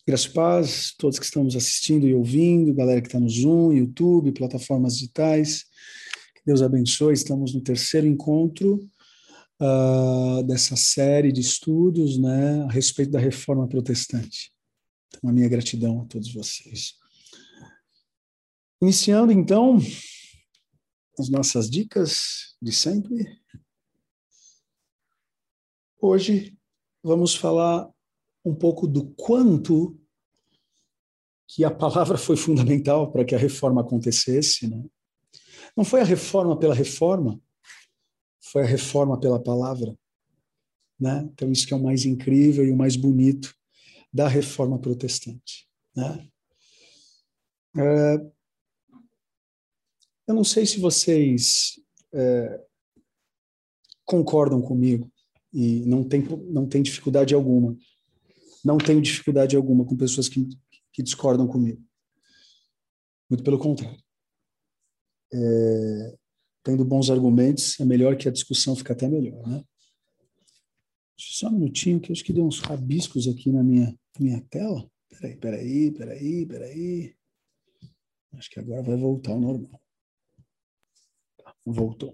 Graças e paz, todos que estamos assistindo e ouvindo, galera que está no Zoom, YouTube, plataformas digitais, que Deus abençoe. Estamos no terceiro encontro dessa série de estudos, né, a respeito da Reforma Protestante. Então, a minha gratidão a todos vocês. Iniciando, então, as nossas dicas de sempre. Hoje vamos falar um pouco do quanto que a palavra foi fundamental para que a reforma acontecesse, né? Não foi a reforma pela reforma, foi a reforma pela palavra, né? Então isso que é o mais incrível e o mais bonito da reforma protestante, né? Eu não sei se vocês concordam comigo e não tem dificuldade alguma. Não tenho dificuldade alguma com pessoas que discordam comigo. Muito pelo contrário. Tendo bons argumentos, é melhor que a discussão fique até melhor, né? Deixa só um minutinho, que eu acho que deu uns rabiscos aqui na minha tela. Peraí. Acho que agora vai voltar ao normal. Voltou.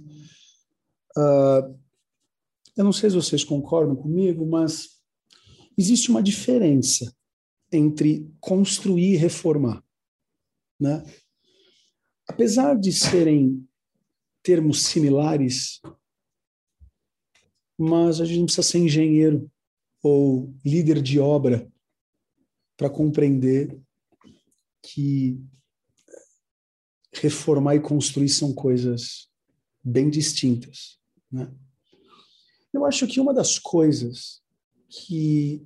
Eu não sei se vocês concordam comigo, mas existe uma diferença entre construir e reformar, né? Apesar de serem termos similares, mas a gente não precisa ser engenheiro ou líder de obra para compreender que reformar e construir são coisas bem distintas, né? Eu acho que uma das coisas que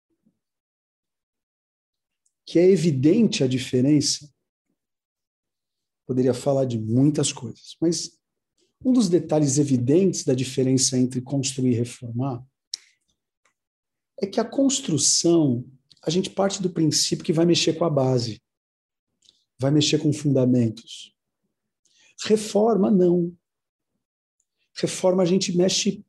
é evidente a diferença, poderia falar de muitas coisas, mas um dos detalhes evidentes da diferença entre construir e reformar é que a construção, a gente parte do princípio que vai mexer com a base, vai mexer com fundamentos. Reforma, não. Reforma, a gente mexe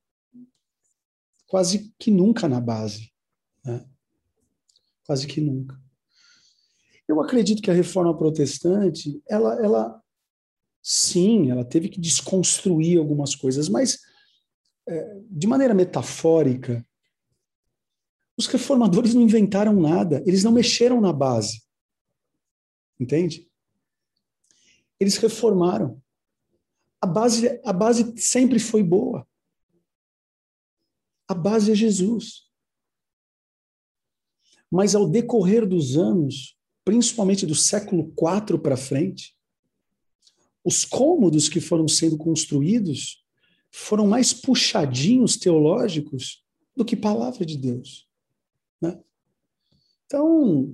quase que nunca na base, né? Quase que nunca. Eu acredito que a reforma protestante, ela sim, ela teve que desconstruir algumas coisas, mas de maneira metafórica, os reformadores não inventaram nada, eles não mexeram na base. Entende? Eles reformaram. A base sempre foi boa. A base é Jesus. Mas ao decorrer dos anos, principalmente do século IV para frente, os cômodos que foram sendo construídos foram mais puxadinhos teológicos do que palavra de Deus, né? Então,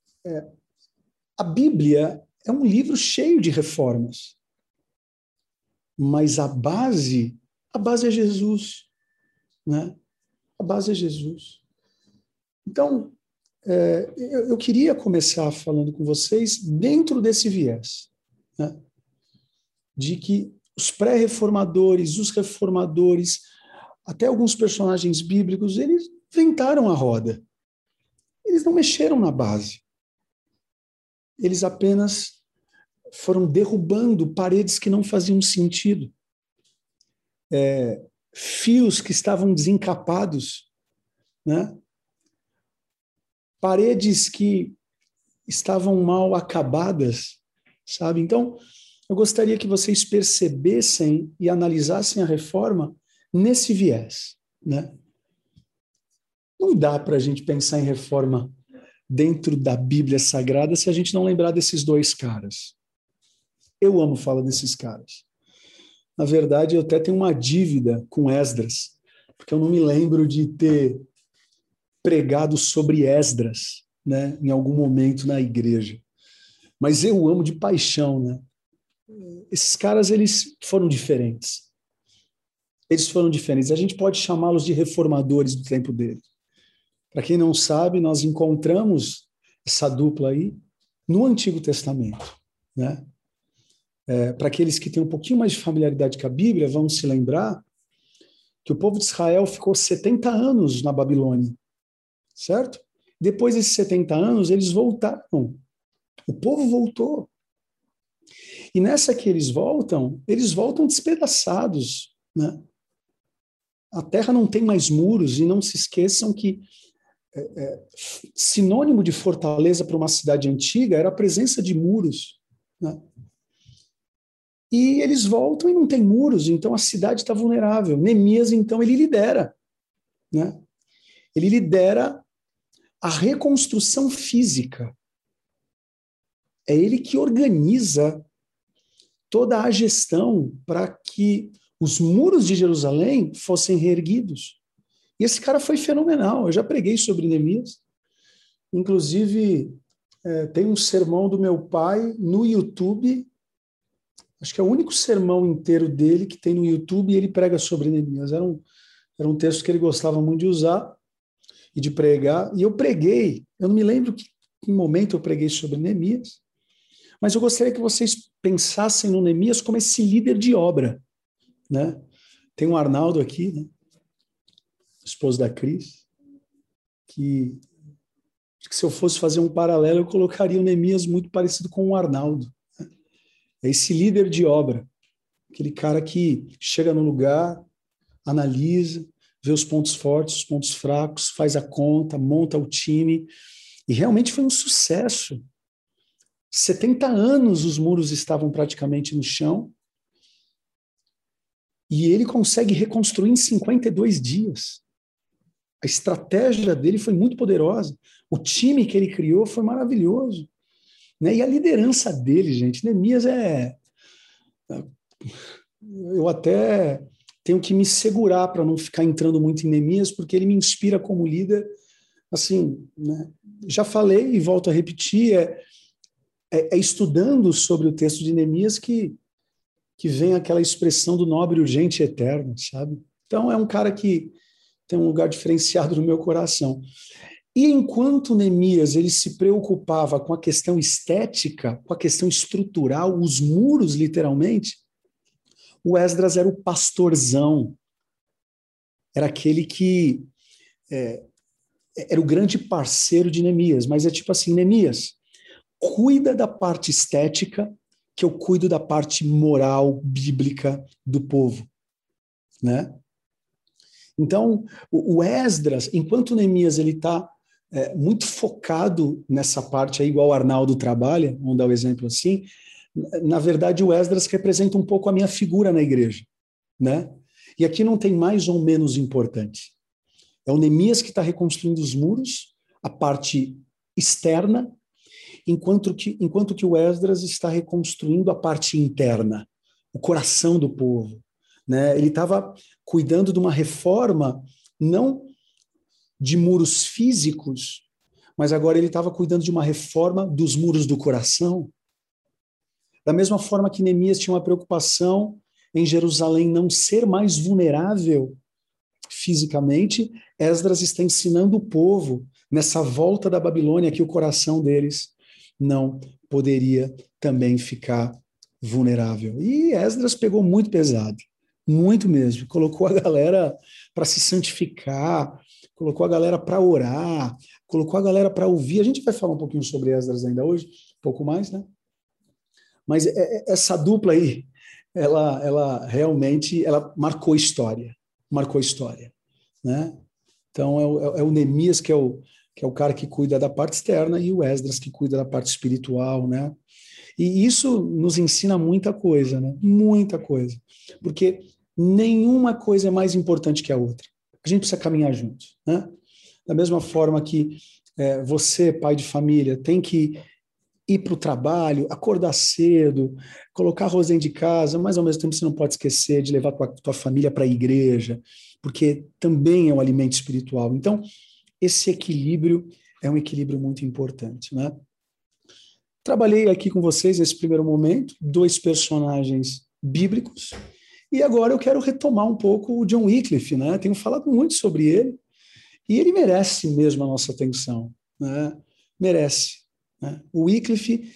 a Bíblia é um livro cheio de reformas, mas a base é Jesus, né? A base é Jesus. Então, eu queria começar falando com vocês dentro desse viés, né? De que os pré-reformadores, os reformadores, até alguns personagens bíblicos, eles inventaram a roda. Eles não mexeram na base. Eles apenas foram derrubando paredes que não faziam sentido. Fios que estavam desencapados, né? Paredes que estavam mal acabadas, sabe? Então, eu gostaria que vocês percebessem e analisassem a reforma nesse viés, né? Não dá para a gente pensar em reforma dentro da Bíblia Sagrada se a gente não lembrar desses dois caras. Eu amo falar desses caras. Na verdade, eu até tenho uma dívida com Esdras, porque eu não me lembro de ter pregado sobre Esdras, né, em algum momento na igreja. Mas eu amo de paixão, né? Esses caras, eles foram diferentes. Eles foram diferentes. A gente pode chamá-los de reformadores do tempo deles. Para quem não sabe, nós encontramos essa dupla aí no Antigo Testamento, né? Para aqueles que têm um pouquinho mais de familiaridade com a Bíblia, vão se lembrar que o povo de Israel ficou 70 anos na Babilônia, certo? depois desses 70 anos, eles voltaram. O povo voltou. E nessa que eles voltam despedaçados, né? A terra não tem mais muros, e não se esqueçam que sinônimo de fortaleza para uma cidade antiga era a presença de muros, né? E eles voltam e não tem muros, então a cidade está vulnerável. Neemias, então, ele lidera, né? Ele lidera a reconstrução física. É ele que organiza toda a gestão para que os muros de Jerusalém fossem reerguidos. E esse cara foi fenomenal. Eu já preguei sobre Neemias. Inclusive, tem um sermão do meu pai no YouTube. Acho que é o único sermão inteiro dele que tem no YouTube, e ele prega sobre Neemias. Era um texto que ele gostava muito de usar e de pregar. E eu preguei. Eu não me lembro que momento eu preguei sobre Neemias, mas eu gostaria que vocês pensassem no Neemias como esse líder de obra, né? Tem um Arnaldo aqui, né? Esposo da Cris, que se eu fosse fazer um paralelo, eu colocaria o Neemias muito parecido com o Arnaldo. Né? É esse líder de obra, aquele cara que chega no lugar, analisa, vê os pontos fortes, os pontos fracos, faz a conta, monta o time, e realmente foi um sucesso. 70 anos os muros estavam praticamente no chão, e ele consegue reconstruir em 52 dias. A estratégia dele foi muito poderosa. O time que ele criou foi maravilhoso. Né? E a liderança dele, gente, Neemias eu até tenho que me segurar para não ficar entrando muito em Neemias, porque ele me inspira como líder. Assim, né? Já falei e volto a repetir, é estudando sobre o texto de Neemias que vem aquela expressão do nobre, urgente e eterno, sabe? Então, é um cara que tem um lugar diferenciado no meu coração. E enquanto Neemias ele se preocupava com a questão estética, com a questão estrutural, os muros, literalmente, o Esdras era o pastorzão, era aquele que era o grande parceiro de Neemias, mas é tipo assim, Neemias, cuida da parte estética, que eu cuido da parte moral, bíblica do povo, né? Então, o Esdras, enquanto Neemias ele está muito focado nessa parte aí, igual o Arnaldo trabalha, vamos dar o exemplo assim, na verdade o Esdras representa um pouco a minha figura na igreja, né? E aqui não tem mais ou menos importante. É o Neemias que está reconstruindo os muros, a parte externa, enquanto que o Esdras está reconstruindo a parte interna, o coração do povo, né? Ele estava cuidando de uma reforma, não de muros físicos, mas agora ele estava cuidando de uma reforma dos muros do coração. Da mesma forma que Neemias tinha uma preocupação em Jerusalém não ser mais vulnerável fisicamente, Esdras está ensinando o povo nessa volta da Babilônia que o coração deles não poderia também ficar vulnerável. E Esdras pegou muito pesado, muito mesmo. Colocou a galera para se santificar, colocou a galera para orar, colocou a galera para ouvir. A gente vai falar um pouquinho sobre Esdras ainda hoje, um pouco mais, né? Mas essa dupla aí, ela realmente ela marcou história, né? Então é o Neemias que é o cara que cuida da parte externa e o Esdras que cuida da parte espiritual, né? E isso nos ensina muita coisa, né? Muita coisa, porque nenhuma coisa é mais importante que a outra. A gente precisa caminhar juntos, né? Da mesma forma que você, pai de família, tem que ir para o trabalho, acordar cedo, colocar arroz dentro de casa, mas ao mesmo tempo você não pode esquecer de levar tua família para a igreja, porque também é um alimento espiritual. Então, esse equilíbrio é um equilíbrio muito importante, né? Trabalhei aqui com vocês nesse primeiro momento, dois personagens bíblicos, e agora eu quero retomar um pouco o John Wycliffe, né? Tenho falado muito sobre ele, e ele merece mesmo a nossa atenção, né? Merece. Né? O Wycliffe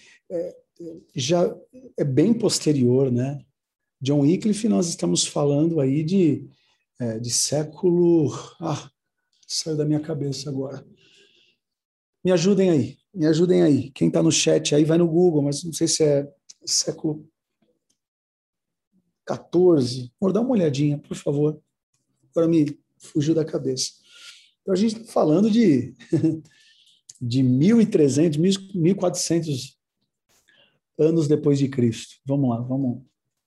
já é bem posterior, né? John Wycliffe, nós estamos falando aí de século... saiu da minha cabeça agora. Me ajudem aí, me ajudem aí. Quem está no chat aí vai no Google, mas não sei se é século XIV. Vou dar uma olhadinha, por favor. Agora me fugiu da cabeça. Então, a gente está falando de 1.300, 1.400 anos depois de Cristo. Vamos lá, vamos.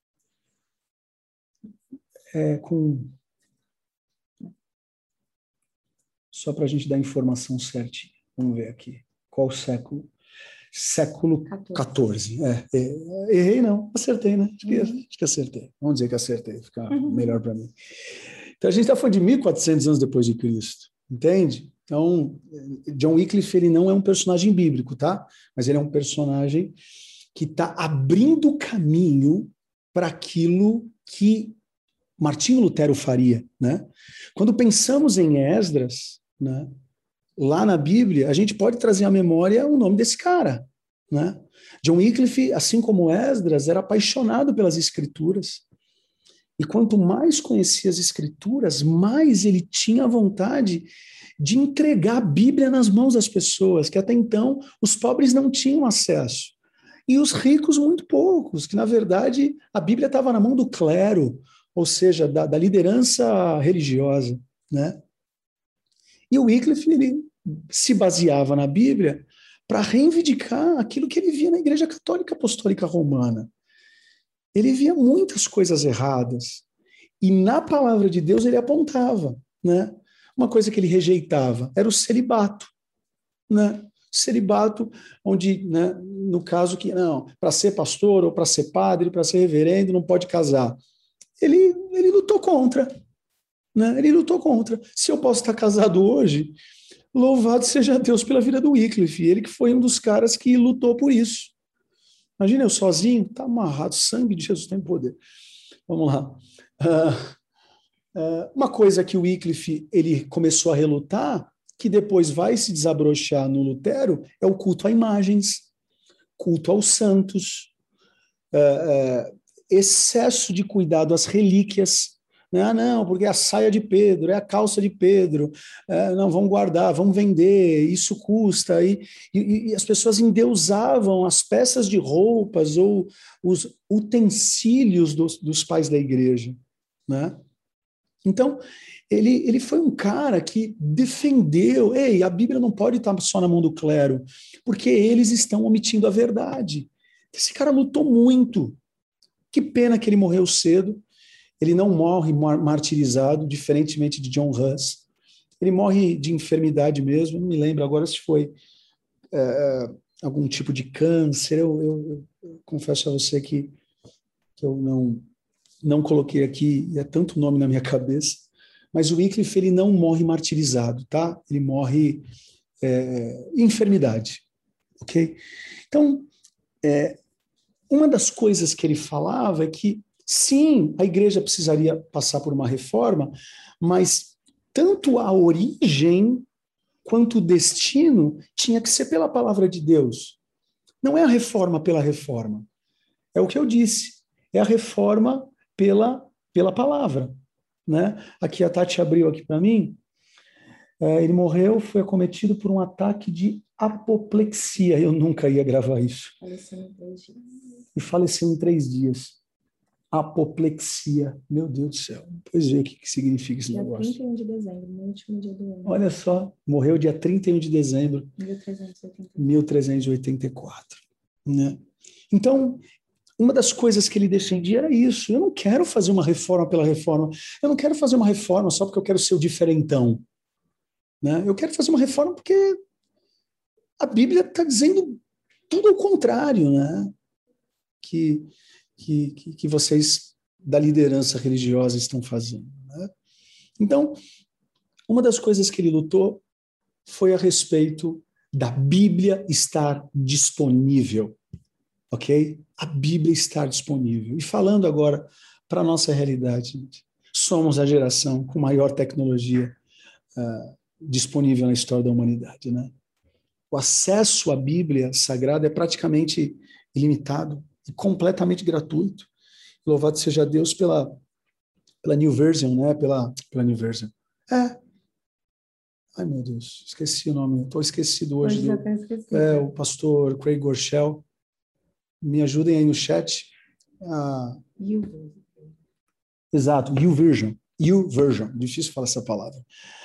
Só para a gente dar a informação certinha. Vamos ver aqui. Qual século? Século XIV. Errei, não. Acertei, né? Acho que acertei. Vamos dizer que acertei. Fica melhor para mim. Então, a gente está falando de 1.400 anos depois de Cristo. Entende? Então, John Wycliffe, ele não é um personagem bíblico, tá? Mas ele é um personagem que está abrindo caminho para aquilo que Martinho Lutero faria, né? Quando pensamos em Esdras, né, lá na Bíblia, a gente pode trazer à memória o nome desse cara, né? John Wycliffe, assim como Esdras, era apaixonado pelas escrituras. E quanto mais conhecia as escrituras, mais ele tinha vontade de entregar a Bíblia nas mãos das pessoas, que até então os pobres não tinham acesso. E os ricos, muito poucos, que na verdade a Bíblia estava na mão do clero, ou seja, da liderança religiosa, né? E o Wycliffe, ele se baseava na Bíblia para reivindicar aquilo que ele via na Igreja Católica Apostólica Romana. Ele via muitas coisas erradas, e na palavra de Deus ele apontava, né? Uma coisa que ele rejeitava era o celibato, né? Celibato, onde, né, no caso que, não, para ser pastor ou para ser padre, para ser reverendo, não pode casar. Ele lutou contra, né? Ele lutou contra. Se eu posso estar casado hoje, louvado seja Deus pela vida do Wycliffe, ele que foi um dos caras que lutou por isso. Imagina eu sozinho, tá amarrado, sangue de Jesus tem poder. Vamos lá. Uma coisa que o Wycliffe ele começou a relutar, que depois vai se desabrochar no Lutero, é o culto a imagens, culto aos santos, excesso de cuidado às relíquias. Ah, não, porque é a saia de Pedro, é a calça de Pedro, não, vamos guardar, vamos vender, isso custa. E as pessoas endeusavam as peças de roupas ou os utensílios dos pais da igreja, né? Então, ele foi um cara que defendeu, a Bíblia não pode estar só na mão do clero, porque eles estão omitindo a verdade. Esse cara lutou muito. Que pena que ele morreu cedo. Ele não morre martirizado, diferentemente de John Hus. Ele morre de enfermidade mesmo, não me lembro agora se foi algum tipo de câncer. Eu confesso a você que eu não coloquei aqui, é tanto nome na minha cabeça, mas o Wycliffe ele não morre martirizado, tá? Ele morre em enfermidade, ok? Então, uma das coisas que ele falava é que, sim, a igreja precisaria passar por uma reforma, mas tanto a origem quanto o destino tinha que ser pela palavra de Deus. Não é a reforma pela reforma. É o que eu disse. É a reforma pela palavra, né? Aqui a Tati abriu aqui para mim. Ele morreu, foi acometido por um ataque de apoplexia. Eu nunca ia gravar isso. Faleceu em 3 dias. E faleceu em 3 dias. Apoplexia. Meu Deus do céu. Pois vê o que significa esse negócio. Dia 31 de dezembro, no último dia do ano. Olha só, morreu dia 31 de dezembro de 1384. Né? Então, uma das coisas que ele defendia era isso. Eu não quero fazer uma reforma pela reforma. Eu não quero fazer uma reforma só porque eu quero ser o diferentão. Né? Eu quero fazer uma reforma porque a Bíblia está dizendo tudo ao contrário, né? Que vocês da liderança religiosa estão fazendo. Né? Então, uma das coisas que ele lutou foi a respeito da Bíblia estar disponível, ok? A Bíblia estar disponível. E falando agora para a nossa realidade, somos a geração com maior tecnologia disponível na história da humanidade, né? O acesso à Bíblia Sagrada é praticamente ilimitado e completamente gratuito. Louvado seja Deus pela New Version, né? Pela New Version. Ai, meu Deus, esqueci o nome. Estou esquecido hoje. Hoje já está esquecido. O pastor Craig Groeschel. Me ajudem aí no chat. Exato, YouVersion. YouVersion, difícil falar essa palavra.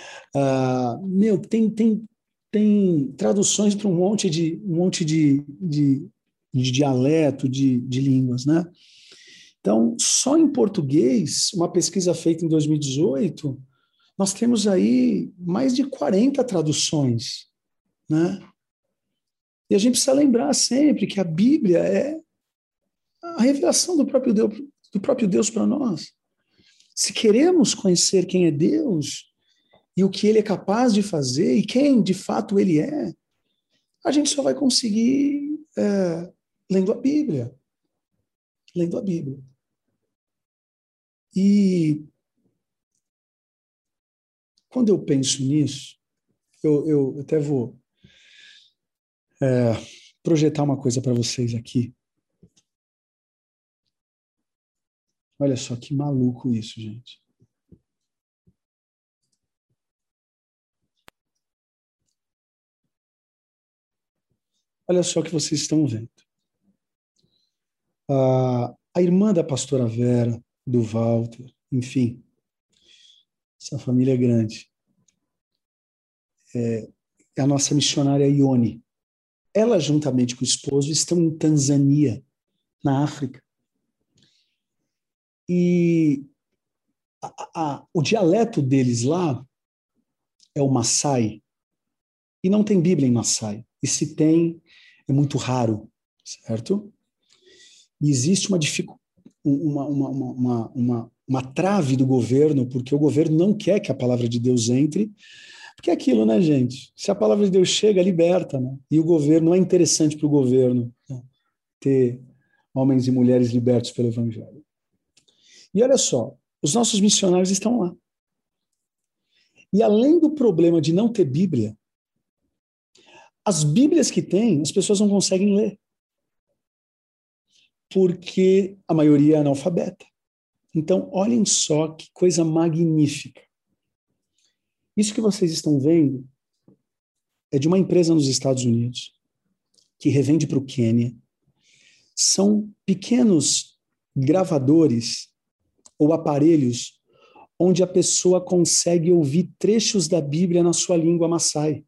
Tem traduções para um monte de dialeto, de línguas, né? Então, só em português, uma pesquisa feita em 2018, nós temos aí mais de 40 traduções, né? E a gente precisa lembrar sempre que a Bíblia é a revelação do próprio Deus para nós. Se queremos conhecer quem é Deus e o que Ele é capaz de fazer e quem de fato Ele é, a gente só vai conseguir lendo a Bíblia. Lendo a Bíblia. E quando eu penso nisso, eu até vou projetar uma coisa para vocês aqui. Olha só que maluco isso, gente. Olha só o que vocês estão vendo. A irmã da pastora Vera, do Walter, enfim, essa família é grande. É a nossa missionária Ione. Ela, juntamente com o esposo, estão em Tanzânia, na África. E o dialeto deles lá é o Maasai. E não tem Bíblia em Maasai. E se tem, é muito raro, certo? E existe uma trave do governo, porque o governo não quer que a palavra de Deus entre, porque é aquilo, né, gente? Se a palavra de Deus chega, liberta, né? E o governo, não é interessante para o governo, né, ter homens e mulheres libertos pelo Evangelho. E olha só, os nossos missionários estão lá. E além do problema de não ter Bíblia, as Bíblias que tem, as pessoas não conseguem ler. Porque a maioria é analfabeta. Então, olhem só que coisa magnífica. Isso que vocês estão vendo é de uma empresa nos Estados Unidos que revende para o Quênia. São pequenos gravadores ou aparelhos onde a pessoa consegue ouvir trechos da Bíblia na sua língua Maasai.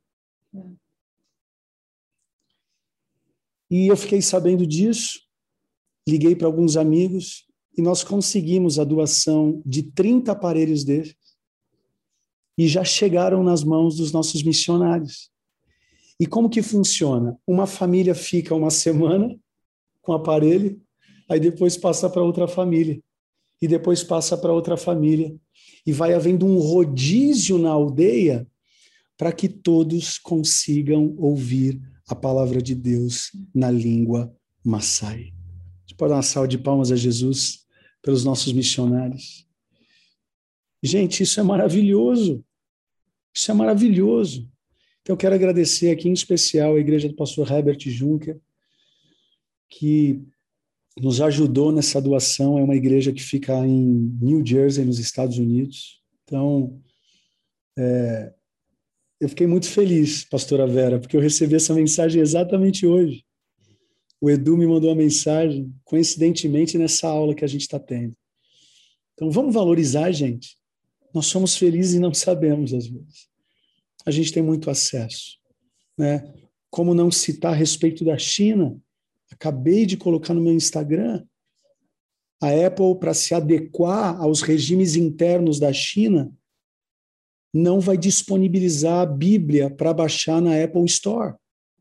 E eu fiquei sabendo disso, liguei para alguns amigos e nós conseguimos a doação de 30 aparelhos desses e já chegaram nas mãos dos nossos missionários. E como que funciona? Uma família fica uma semana com o aparelho, aí depois passa para outra família, e depois passa para outra família, e vai havendo um rodízio na aldeia para que todos consigam ouvir a palavra de Deus na língua Maasai. A gente pode dar uma salva de palmas a Jesus pelos nossos missionários. Gente, isso é maravilhoso. Isso é maravilhoso. Então, eu quero agradecer aqui em especial a igreja do pastor Herbert Juncker, que nos ajudou nessa doação. É uma igreja que fica em New Jersey, nos Estados Unidos. Então, eu fiquei muito feliz, pastora Vera, porque eu recebi essa mensagem exatamente hoje. O Edu me mandou uma mensagem, coincidentemente, nessa aula que a gente está tendo. Então, vamos valorizar, gente. Nós somos felizes e não sabemos, às vezes. A gente tem muito acesso, né? Como não citar a respeito da China? Acabei de colocar no meu Instagram. A Apple, para se adequar aos regimes internos da China, não vai disponibilizar a Bíblia para baixar na Apple Store.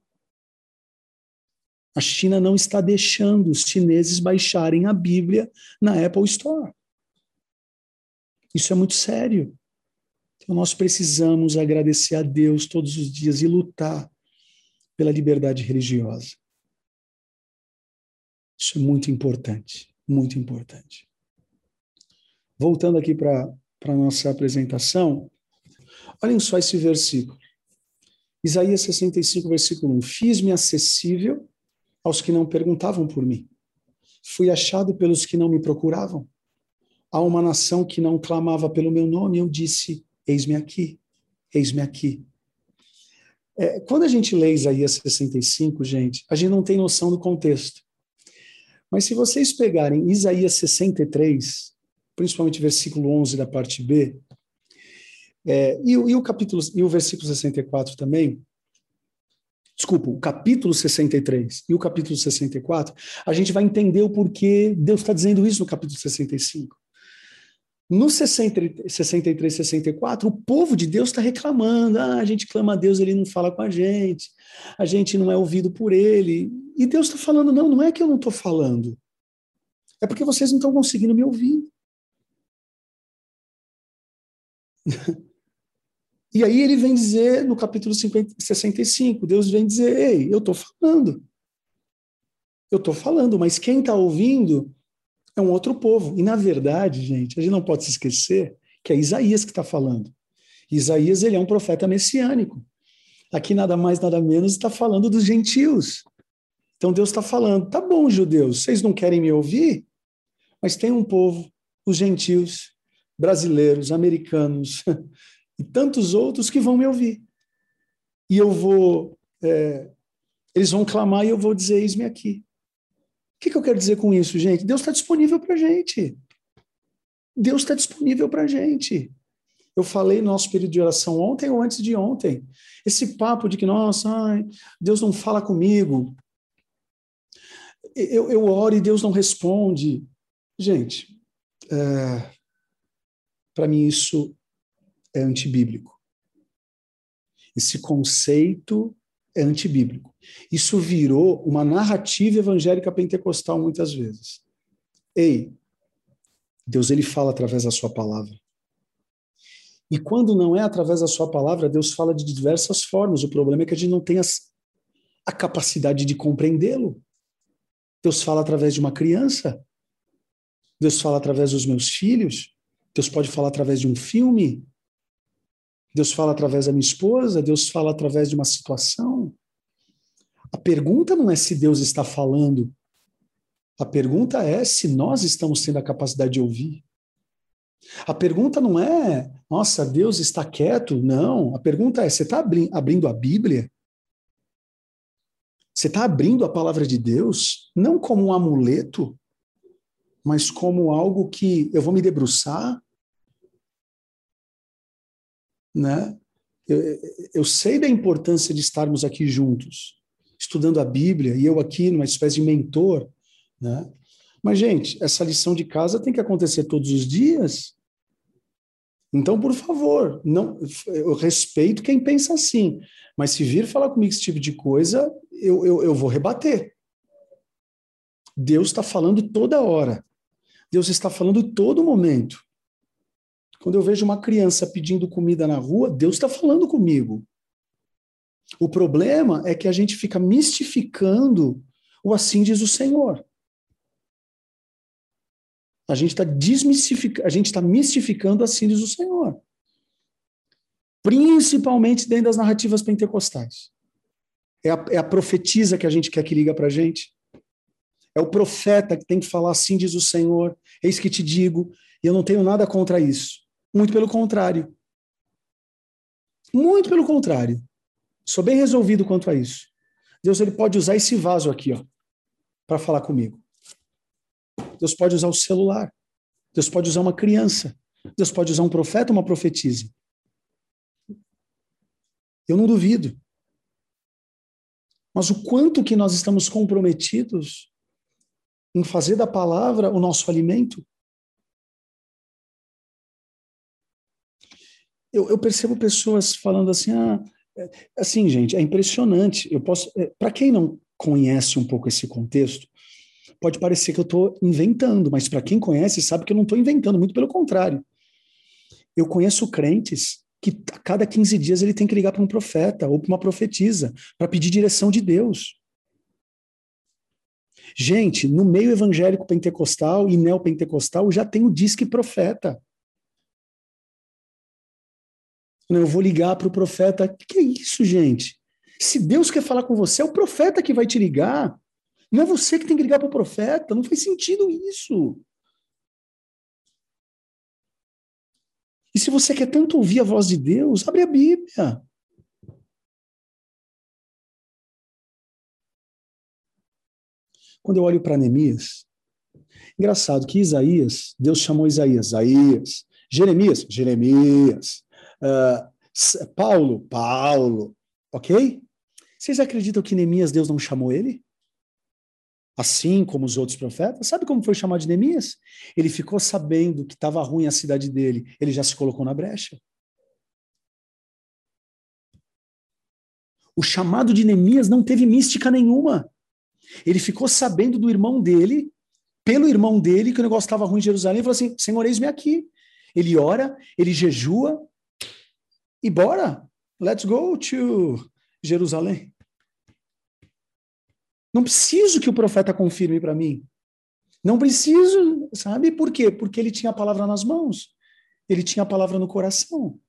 A China não está deixando os chineses baixarem a Bíblia na Apple Store. Isso é muito sério. Então, nós precisamos agradecer a Deus todos os dias e lutar pela liberdade religiosa. Isso é muito importante, muito importante. Voltando aqui para a nossa apresentação, olhem só esse versículo. Isaías 65, versículo 1. Fiz-me acessível aos que não perguntavam por mim. Fui achado pelos que não me procuravam. A uma nação que não clamava pelo meu nome, eu disse, eis-me aqui, eis-me aqui. Quando a gente lê Isaías 65, gente, a gente não tem noção do contexto. Mas se vocês pegarem Isaías 63, principalmente versículo 11 da parte B, e o versículo 64 também, desculpa, o capítulo 63 e o capítulo 64, a gente vai entender o porquê Deus está dizendo isso no capítulo 65. No 63, 64, o povo de Deus está reclamando. A gente clama a Deus, ele não fala com a gente não é ouvido por ele. E Deus está falando, não é que eu não estou falando. É porque vocês não estão conseguindo me ouvir. E aí ele vem dizer, no capítulo 65, Deus vem dizer, ei, eu estou falando. Eu estou falando, mas quem está ouvindo é um outro povo. E, na verdade, gente, a gente não pode se esquecer que é Isaías que está falando. Isaías, ele é um profeta messiânico. Aqui, nada mais, nada menos, está falando dos gentios. Então, Deus está falando, tá bom, judeus, vocês não querem me ouvir? Mas tem um povo, os gentios, brasileiros, americanos e tantos outros que vão me ouvir. E eu vou... eles vão clamar e eu vou dizer, eis-me aqui. O que eu quero dizer com isso, gente? Deus está disponível para a gente. Deus está disponível para a gente. Eu falei no nosso período de oração ontem ou antes de ontem. Esse papo de que, nossa, Deus não fala comigo. Eu oro e Deus não responde. Gente, para mim isso é antibíblico. Esse conceito é antibíblico. Isso virou uma narrativa evangélica pentecostal muitas vezes. Ei, Deus ele fala através da sua palavra. E quando não é através da sua palavra, Deus fala de diversas formas. O problema é que a gente não tem a capacidade de compreendê-lo. Deus fala através de uma criança. Deus fala através dos meus filhos. Deus pode falar através de um filme. Deus fala através da minha esposa. Deus fala através de uma situação. A pergunta não é se Deus está falando. A pergunta é se nós estamos tendo a capacidade de ouvir. A pergunta não é, nossa, Deus está quieto. Não. A pergunta é, você está abrindo a Bíblia? Você está abrindo a palavra de Deus? Não como um amuleto, mas como algo que eu vou me debruçar, né? Eu sei da importância de estarmos aqui juntos, estudando a Bíblia, e eu aqui numa espécie de mentor, né? Mas, gente, essa lição de casa tem que acontecer todos os dias. Então, por favor, não, eu respeito quem pensa assim, mas se vir falar comigo esse tipo de coisa, eu vou rebater. Deus está falando toda hora. Deus está falando todo momento. Quando eu vejo uma criança pedindo comida na rua, Deus está falando comigo. O problema é que a gente fica mistificando o assim diz o Senhor. A gente está mistificando assim diz o Senhor. Principalmente dentro das narrativas pentecostais. É a profetisa que a gente quer que liga para a gente. É o profeta que tem que falar assim diz o Senhor. Eis que te digo, e eu não tenho nada contra isso. Muito pelo contrário. Muito pelo contrário. Sou bem resolvido quanto a isso. Deus ele pode usar esse vaso aqui, ó, para falar comigo. Deus pode usar o celular. Deus pode usar uma criança. Deus pode usar um profeta, uma profetisa. Eu não duvido. Mas o quanto que nós estamos comprometidos em fazer da palavra o nosso alimento? Eu percebo pessoas falando assim, assim, gente, é impressionante. Para quem não conhece um pouco esse contexto, pode parecer que eu estou inventando, mas para quem conhece sabe que eu não estou inventando, muito pelo contrário. Eu conheço crentes que a cada 15 dias ele tem que ligar para um profeta ou para uma profetisa para pedir direção de Deus. Gente, no meio evangélico pentecostal e neopentecostal já tem o disque profeta. Eu vou ligar para o profeta. Que é isso, gente? Se Deus quer falar com você, é o profeta que vai te ligar. Não é você que tem que ligar para o profeta. Não faz sentido isso. E se você quer tanto ouvir a voz de Deus, abre a Bíblia. Quando eu olho para Neemias, engraçado que Isaías, Deus chamou Isaías, Isaías. Jeremias, Jeremias. Paulo, Paulo. Ok? Vocês acreditam que Neemias, Deus não chamou ele? Assim como os outros profetas? Sabe como foi chamado de Neemias? Ele ficou sabendo que estava ruim a cidade dele. Ele já se colocou na brecha. O chamado de Neemias não teve mística nenhuma. Ele ficou sabendo do irmão dele, pelo irmão dele, que o negócio estava ruim em Jerusalém, e falou assim, Senhor, eis-me aqui. Ele ora, ele jejua, e bora, let's go to Jerusalém. Não preciso que o profeta confirme para mim. Não preciso, sabe por quê? Porque ele tinha a palavra nas mãos. Ele tinha a palavra no coração.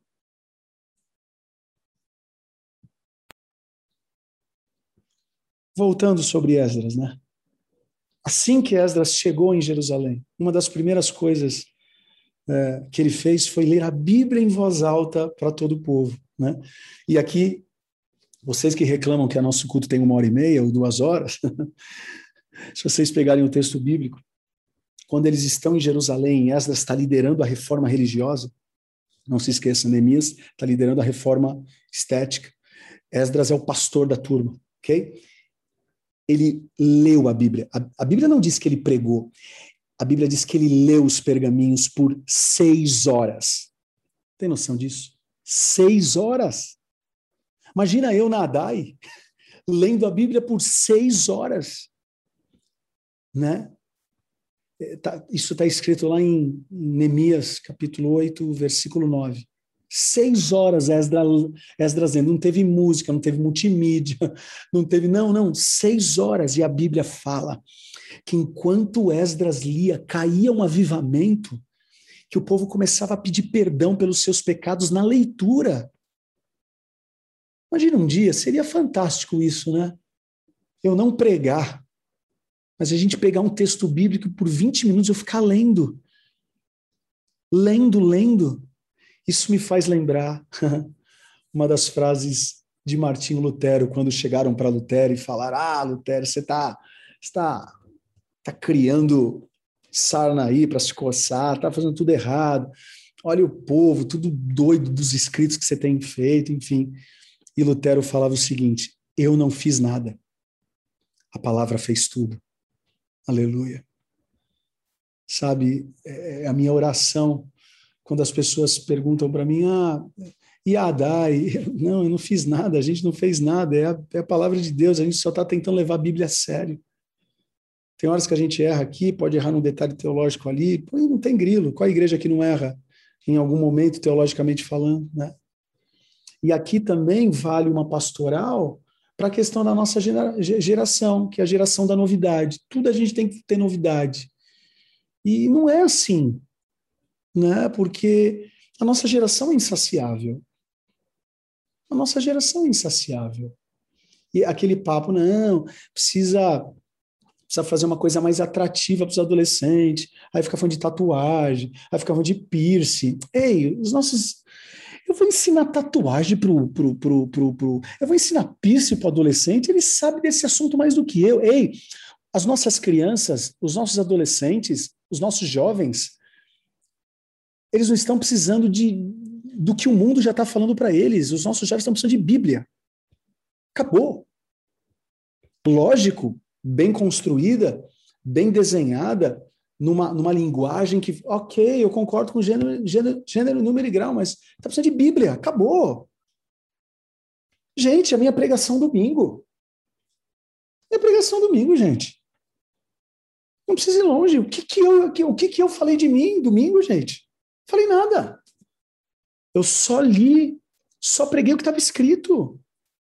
Voltando sobre Esdras, né? Assim que Esdras chegou em Jerusalém, uma das primeiras coisas que ele fez foi ler a Bíblia em voz alta para todo o povo, né? E aqui, vocês que reclamam que o nosso culto tem 1h30 ou 2 horas, se vocês pegarem o texto bíblico, quando eles estão em Jerusalém, Esdras está liderando a reforma religiosa, não se esqueça, Neemias está liderando a reforma estética, Esdras é o pastor da turma, ok? Ele leu a Bíblia. A Bíblia não diz que ele pregou. A Bíblia diz que ele leu os pergaminhos por 6 horas. Tem noção disso? 6 horas. Imagina eu na Adai, lendo a Bíblia por 6 horas. Né? Isso está escrito lá em Neemias, capítulo 8, versículo 9. 6 horas Esdras lendo, não teve música, não teve multimídia, não teve, não, 6 horas, e a Bíblia fala que enquanto Esdras lia, caía um avivamento, que o povo começava a pedir perdão pelos seus pecados na leitura. Imagina um dia, seria fantástico isso, né? Eu não pregar, mas a gente pegar um texto bíblico por 20 minutos eu ficar lendo. Isso me faz lembrar uma das frases de Martinho Lutero, quando chegaram para Lutero e falaram, Lutero, você está criando sarna aí para se coçar, está fazendo tudo errado, olha o povo, tudo doido dos escritos que você tem feito, enfim. E Lutero falava o seguinte, eu não fiz nada, a palavra fez tudo. Aleluia. Sabe, a minha oração, quando as pessoas perguntam para mim, e a Adai? Não, eu não fiz nada, a gente não fez nada, é a palavra de Deus, a gente só está tentando levar a Bíblia a sério. Tem horas que a gente erra aqui, pode errar num detalhe teológico ali, pô, não tem grilo, qual a igreja que não erra em algum momento, teologicamente falando, né? E aqui também vale uma pastoral para a questão da nossa geração, que é a geração da novidade. Tudo a gente tem que ter novidade. E não é assim, né? Porque a nossa geração é insaciável. A nossa geração é insaciável. E aquele papo, não, precisa fazer uma coisa mais atrativa para os adolescentes, aí fica falando de tatuagem, aí fica falando de piercing. Ei, eu vou ensinar tatuagem eu vou ensinar piercing para o adolescente, ele sabe desse assunto mais do que eu. Ei, as nossas crianças, os nossos adolescentes, os nossos jovens, eles não estão precisando do que o mundo já está falando para eles. Os nossos jovens estão precisando de Bíblia. Acabou. Lógico, bem construída, bem desenhada, numa linguagem que, ok, eu concordo com gênero, número e grau, mas está precisando de Bíblia. Acabou. Gente, a minha pregação domingo. Gente. Não precisa ir longe. O que eu falei de mim domingo, gente? Falei nada. Eu só preguei o que estava escrito.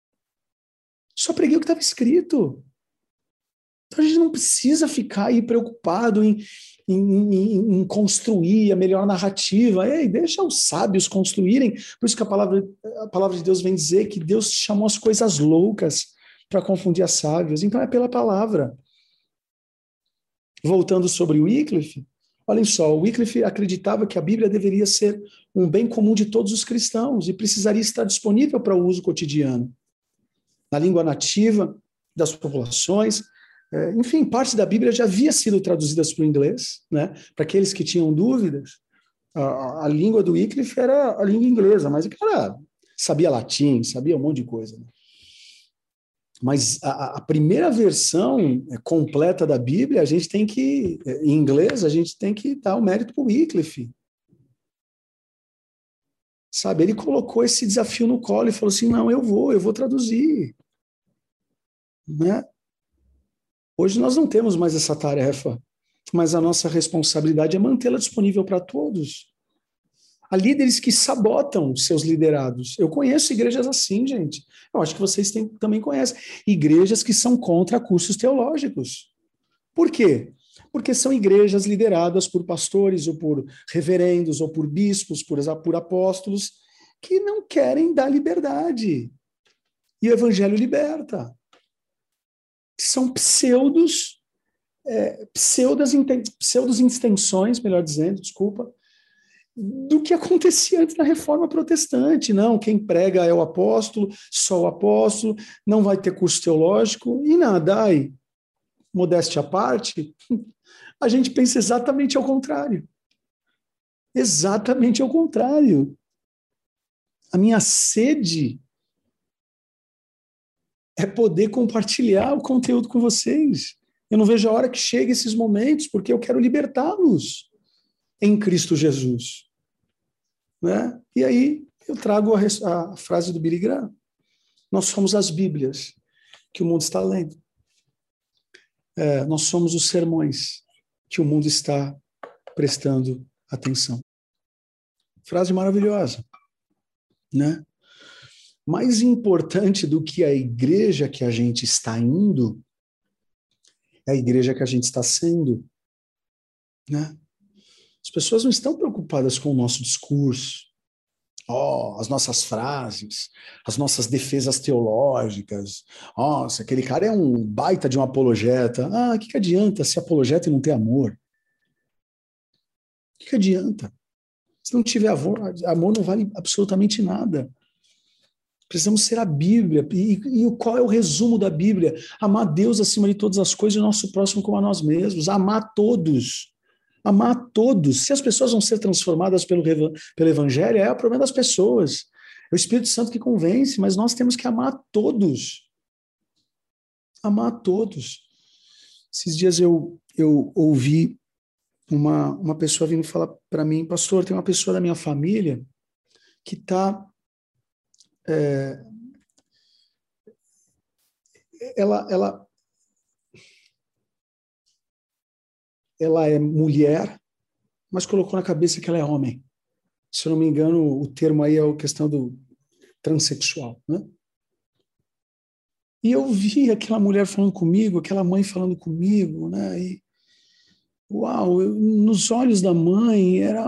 Então a gente não precisa ficar aí preocupado em construir a melhor narrativa. Ei, deixa os sábios construírem. Por isso que a palavra de Deus vem dizer que Deus chamou as coisas loucas para confundir as sábias. Então é pela palavra. Voltando sobre o Wycliffe, olhem só, o Wycliffe acreditava que a Bíblia deveria ser um bem comum de todos os cristãos e precisaria estar disponível para o uso cotidiano, na língua nativa das populações, Enfim, parte da Bíblia já havia sido traduzidas para o inglês, né? Para aqueles que tinham dúvidas, a língua do Wycliffe era a língua inglesa, mas o cara sabia latim, sabia um monte de coisa. Né? Mas a primeira versão completa da Bíblia, a gente tem que, em inglês, a gente tem que dar o mérito para o Wycliffe. Sabe, ele colocou esse desafio no colo e falou assim, não, eu vou traduzir. Né? Hoje nós não temos mais essa tarefa, mas a nossa responsabilidade é mantê-la disponível para todos. Há líderes que sabotam seus liderados. Eu conheço igrejas assim, gente. Eu acho que vocês também conhecem. Igrejas que são contra cursos teológicos. Por quê? Porque são igrejas lideradas por pastores, ou por reverendos, ou por bispos, por apóstolos, que não querem dar liberdade. E o evangelho liberta. São pseudos extensões, melhor dizendo, desculpa, do que acontecia antes da Reforma Protestante. Não, quem prega é o apóstolo, só o apóstolo, não vai ter curso teológico, e nada, aí, modéstia à parte, a gente pensa exatamente ao contrário. Exatamente ao contrário. A minha sede é poder compartilhar o conteúdo com vocês. Eu não vejo a hora que chegue esses momentos, porque eu quero libertá-los em Cristo Jesus. Né? E aí eu trago a frase do Billy Graham. Nós somos as Bíblias que o mundo está lendo. Nós somos os sermões que o mundo está prestando atenção. Frase maravilhosa. Né? Mais importante do que a igreja que a gente está indo, é a igreja que a gente está sendo. Né? As pessoas não estão preocupadas com o nosso discurso, as nossas frases, as nossas defesas teológicas. Nossa, aquele cara é um baita de um apologeta. O que adianta ser apologeta e não ter amor? O que adianta? Se não tiver amor não vale absolutamente nada. Precisamos ser a Bíblia. E qual é o resumo da Bíblia? Amar Deus acima de todas as coisas e o nosso próximo como a nós mesmos. Amar todos. Amar todos. Se as pessoas vão ser transformadas pelo Evangelho, é o problema das pessoas. É o Espírito Santo que convence, mas nós temos que amar todos. Amar todos. Esses dias eu ouvi uma pessoa vindo falar para mim, pastor, tem uma pessoa da minha família que está... Ela é mulher, mas colocou na cabeça que ela é homem. Se eu não me engano, o termo aí é a questão do transexual, né? E eu vi aquela mulher falando comigo, aquela mãe falando comigo, né? E, uau, nos olhos da mãe era...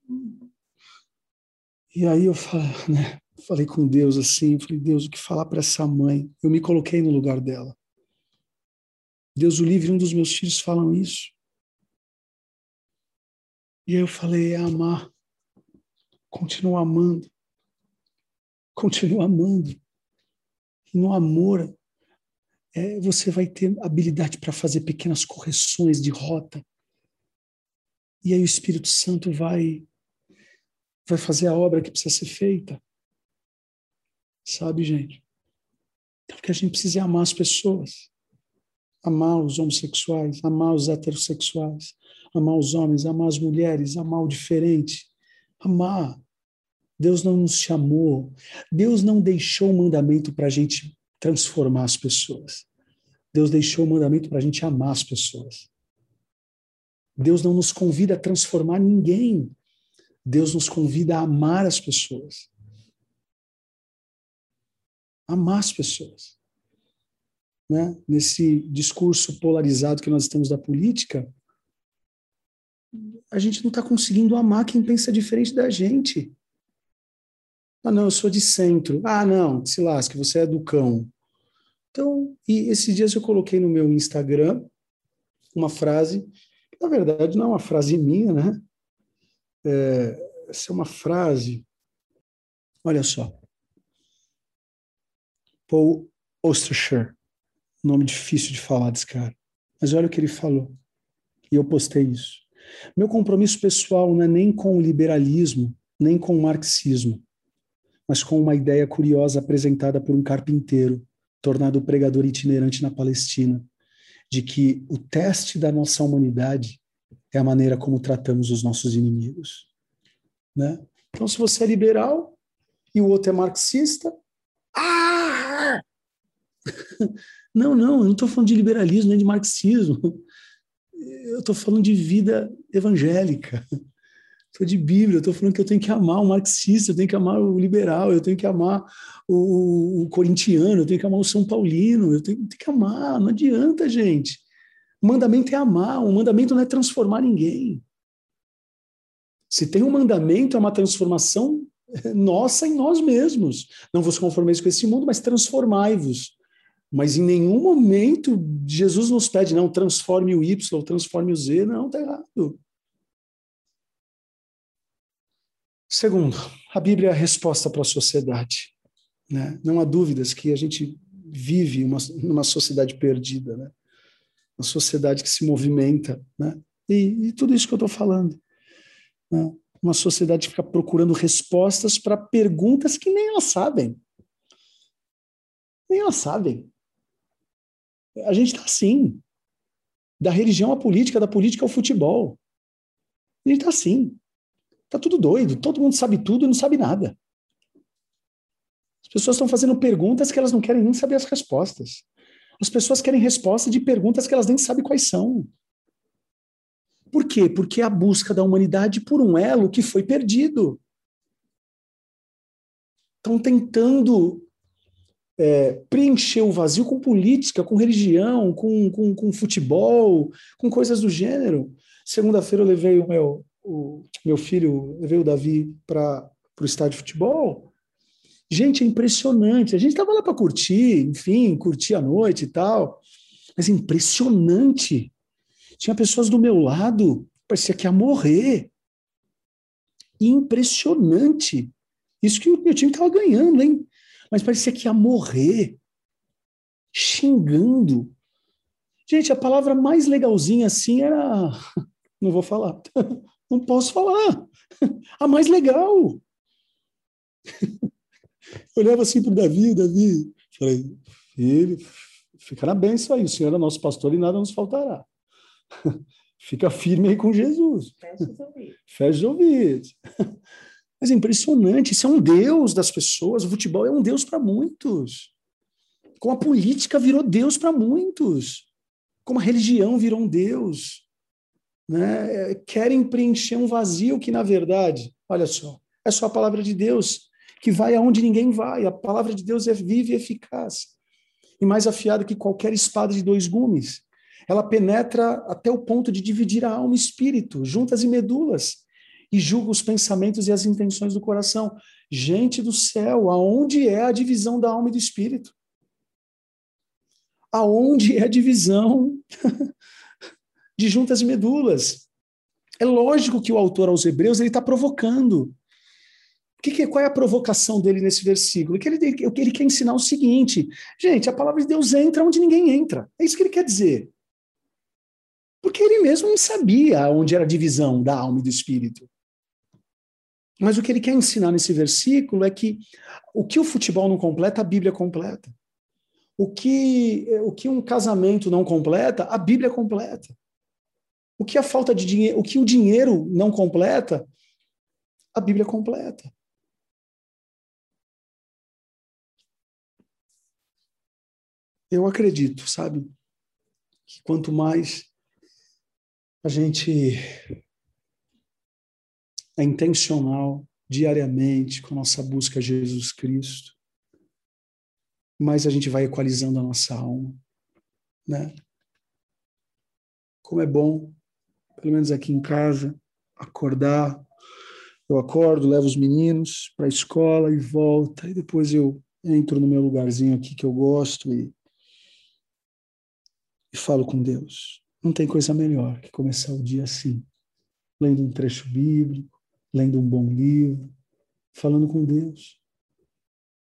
E aí eu falei com Deus assim, falei, Deus, o que falar para essa mãe? Eu me coloquei no lugar dela. Deus o livre, um dos meus filhos falam isso. E aí eu falei, amar. Continua amando. Continua amando. E no amor, você vai ter habilidade para fazer pequenas correções de rota. E aí o Espírito Santo vai fazer a obra que precisa ser feita. Sabe, gente? Então, o que a gente precisa é amar as pessoas. Amar os homossexuais, amar os heterossexuais, amar os homens, amar as mulheres, amar o diferente. Amar. Deus não nos chamou, Deus não deixou o mandamento para a gente transformar as pessoas. Deus deixou o mandamento para a gente amar as pessoas. Deus não nos convida a transformar ninguém. Deus nos convida a amar as pessoas. Amar as pessoas. Né? Nesse discurso polarizado que nós estamos da política, a gente não está conseguindo amar quem pensa diferente da gente. Não, eu sou de centro. Não, se lasque, você é do cão. Então, e esses dias eu coloquei no meu Instagram uma frase, que na verdade não é uma frase minha, né? Essa é uma frase, olha só. Paul Osterschler, nome difícil de falar desse cara. Mas olha o que ele falou. E eu postei isso. Meu compromisso pessoal não é nem com o liberalismo, nem com o marxismo, mas com uma ideia curiosa apresentada por um carpinteiro, tornado pregador itinerante na Palestina, de que o teste da nossa humanidade é a maneira como tratamos os nossos inimigos. Né? Então, se você é liberal e o outro é marxista, Não, eu não estou falando de liberalismo nem de marxismo. Eu estou falando de vida evangélica. Estou de Bíblia, eu estou falando que eu tenho que amar o marxista, eu tenho que amar o liberal, eu tenho que amar o corintiano, eu tenho que amar o São Paulino, eu tenho que amar, não adianta, gente. O mandamento é amar, o mandamento não é transformar ninguém. Se tem um mandamento, é uma transformação nossa em nós mesmos. Não vos conformeis com esse mundo, mas transformai-vos. Mas em nenhum momento Jesus nos pede, não, transforme o Y, transforme o Z. Não, está errado. Segundo, a Bíblia é a resposta para a sociedade. Né? Não há dúvidas que a gente vive numa sociedade perdida, né? Uma sociedade que se movimenta. Né? E tudo isso que eu estou falando. Né? Uma sociedade que fica procurando respostas para perguntas que nem elas sabem. Nem elas sabem. A gente está assim. Da religião à política, da política ao futebol. A gente está assim. Está tudo doido. Todo mundo sabe tudo e não sabe nada. As pessoas estão fazendo perguntas que elas não querem nem saber as respostas. As pessoas querem respostas de perguntas que elas nem sabem quais são. Por quê? Porque é a busca da humanidade por um elo que foi perdido. Estão tentando preencher o vazio com política, com religião, com futebol, com coisas do gênero. Segunda-feira eu levei o meu filho, levei o Davi para o estádio de futebol. Gente, é impressionante. A gente estava lá para curtir, enfim, curtir a noite e tal. Mas é impressionante. Tinha pessoas do meu lado, parecia que ia morrer. Impressionante. Isso que o meu time estava ganhando, hein? Mas parecia que ia morrer. Xingando. Gente, a palavra mais legalzinha assim era... Não vou falar. Não posso falar. A mais legal. Eu olhava assim para o Davi, falei, filho, fica na bênção aí, o Senhor é nosso pastor e nada nos faltará. Fica firme aí com Jesus. Fecha os ouvidos. Fecha os ouvidos. Mas é impressionante, isso é um Deus das pessoas, o futebol é um Deus para muitos. Como a política virou Deus para muitos. Como a religião virou um Deus. Né? Querem preencher um vazio que, na verdade, olha só, é só a palavra de Deus que vai aonde ninguém vai. A palavra de Deus é viva e eficaz. E mais afiada que qualquer espada de dois gumes. Ela penetra até o ponto de dividir a alma e espírito, juntas e medulas, e julga os pensamentos e as intenções do coração. Gente do céu, aonde é a divisão da alma e do espírito? Aonde é a divisão de juntas e medulas? É lógico que o autor aos Hebreus ele está provocando. Qual é a provocação dele nesse versículo? Que ele quer ensinar o seguinte: gente, a palavra de Deus entra onde ninguém entra. É isso que ele quer dizer. Porque ele mesmo não sabia onde era a divisão da alma e do espírito. Mas o que ele quer ensinar nesse versículo é que o que o futebol não completa, a Bíblia completa. O que um casamento não completa, a Bíblia completa. O que a falta de dinheiro, o que o dinheiro não completa, a Bíblia completa. Eu acredito, sabe, que quanto mais a gente é intencional diariamente com a nossa busca a Jesus Cristo, mais a gente vai equalizando a nossa alma, né? Como é bom, pelo menos aqui em casa, acordar. Eu acordo, levo os meninos para a escola e volto, e depois eu entro no meu lugarzinho aqui que eu gosto e falo com Deus. Não tem coisa melhor que começar o dia assim, lendo um trecho bíblico, lendo um bom livro, falando com Deus.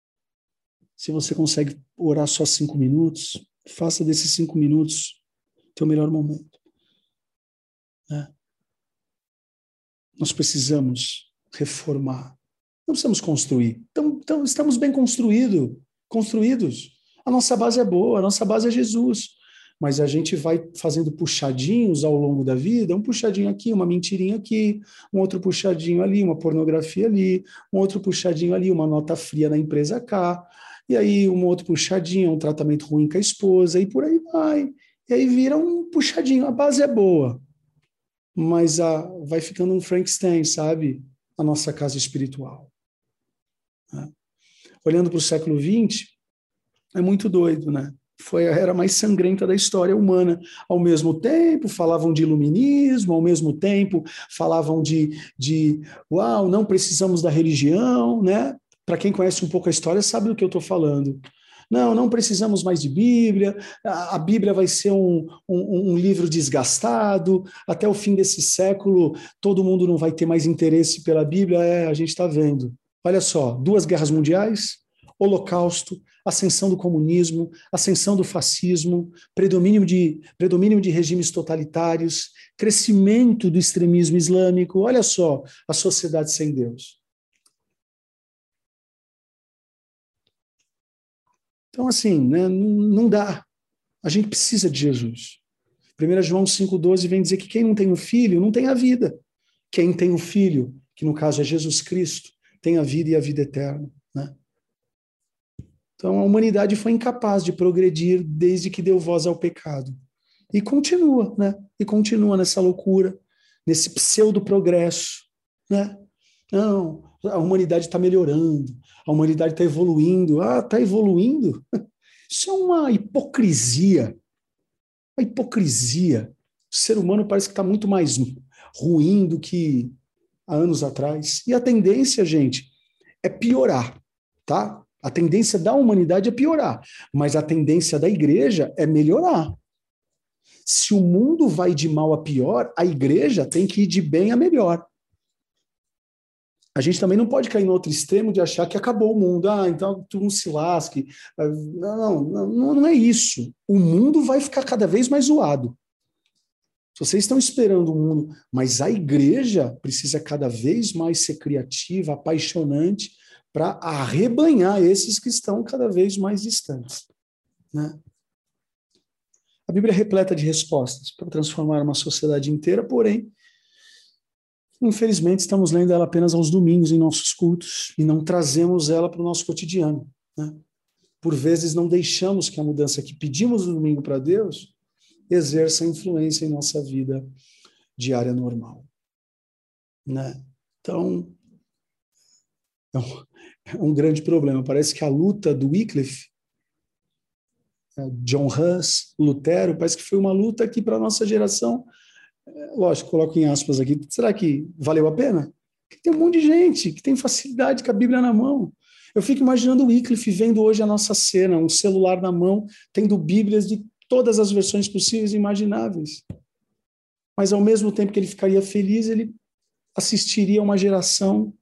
Se você consegue orar só 5 minutos, faça desses 5 minutos teu melhor momento. Né? Nós precisamos reformar. Não precisamos construir. Então estamos bem construídos. A nossa base é boa, a nossa base é Jesus. Mas a gente vai fazendo puxadinhos ao longo da vida, um puxadinho aqui, uma mentirinha aqui, um outro puxadinho ali, uma pornografia ali, um outro puxadinho ali, uma nota fria na empresa cá, e aí um outro puxadinho, um tratamento ruim com a esposa, e por aí vai. E aí vira um puxadinho. A base é boa, mas vai ficando um Frankenstein, sabe? A nossa casa espiritual. Né? Olhando para o século XX, é muito doido, né? Foi a era mais sangrenta da história humana. Ao mesmo tempo, falavam de iluminismo, ao mesmo tempo, falavam uau, não precisamos da religião, né? Para quem conhece um pouco a história, sabe do que eu estou falando. Não precisamos mais de Bíblia, a Bíblia vai ser um livro desgastado, até o fim desse século todo mundo não vai ter mais interesse pela Bíblia, a gente está vendo. Olha só, 2 guerras mundiais, Holocausto, ascensão do comunismo, ascensão do fascismo, predomínio de regimes totalitários, crescimento do extremismo islâmico. Olha só, a sociedade sem Deus. Então, assim, né, não dá. A gente precisa de Jesus. 1 João 5,12 vem dizer que quem não tem um filho não tem a vida. Quem tem um filho, que no caso é Jesus Cristo, tem a vida e a vida eterna. Né? Então, a humanidade foi incapaz de progredir desde que deu voz ao pecado. E continua, né? E continua nessa loucura, nesse pseudo-progresso, né? Não, a humanidade está melhorando, a humanidade está evoluindo. Está evoluindo? Isso é uma hipocrisia. Uma hipocrisia. O ser humano parece que está muito mais ruim do que há anos atrás. E a tendência, gente, é piorar, tá? A tendência da humanidade é piorar, mas a tendência da igreja é melhorar. Se o mundo vai de mal a pior, a igreja tem que ir de bem a melhor. A gente também não pode cair no outro extremo de achar que acabou o mundo. Então tu não se lasque. Não é isso. O mundo vai ficar cada vez mais zoado. Se vocês estão esperando o mundo, mas a igreja precisa cada vez mais ser criativa, apaixonante, para arrebanhar esses que estão cada vez mais distantes. Né? A Bíblia é repleta de respostas para transformar uma sociedade inteira, porém, infelizmente, estamos lendo ela apenas aos domingos em nossos cultos e não trazemos ela para o nosso cotidiano. Né? Por vezes, não deixamos que a mudança que pedimos no domingo para Deus exerça influência em nossa vida diária normal. Né? Então, é um grande problema. Parece que a luta do Wycliffe, John Hus, Lutero, parece que foi uma luta que para a nossa geração, lógico, coloco em aspas aqui, será que valeu a pena? Porque tem um monte de gente que tem facilidade com a Bíblia na mão. Eu fico imaginando o Wycliffe vendo hoje a nossa cena, um celular na mão, tendo Bíblias de todas as versões possíveis e imagináveis. Mas ao mesmo tempo que ele ficaria feliz, ele assistiria a uma geração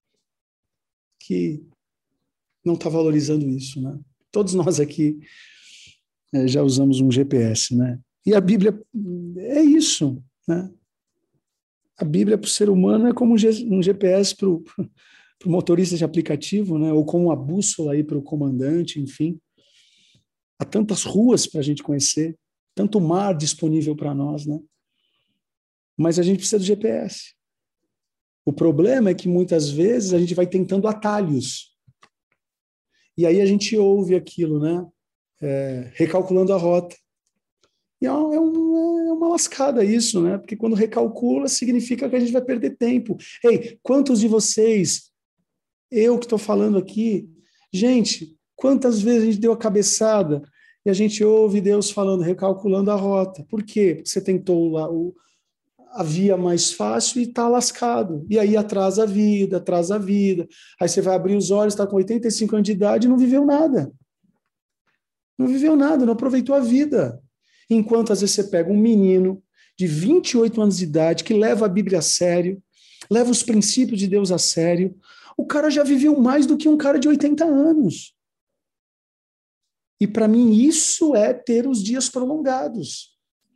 que não está valorizando isso, né? Todos nós aqui já usamos um GPS, né? E a Bíblia é isso, né? A Bíblia para o ser humano é como um GPS para o motorista de aplicativo, né? Ou como uma bússola aí para o comandante, enfim. Há tantas ruas para a gente conhecer, tanto mar disponível para nós, né? Mas a gente precisa do GPS. O problema é que muitas vezes a gente vai tentando atalhos. E aí a gente ouve aquilo, né? Recalculando a rota. E é uma lascada isso, né? Porque quando recalcula, significa que a gente vai perder tempo. Ei, quantos de vocês, eu que estou falando aqui, gente, quantas vezes a gente deu a cabeçada e a gente ouve Deus falando, recalculando a rota. Por quê? Porque você tentou a via mais fácil e está lascado. E aí atrasa a vida. Aí você vai abrir os olhos, está com 85 anos de idade e não viveu nada. Não viveu nada, não aproveitou a vida. Enquanto às vezes você pega um menino de 28 anos de idade que leva a Bíblia a sério, leva os princípios de Deus a sério, o cara já viveu mais do que um cara de 80 anos. E para mim isso é ter os dias prolongados.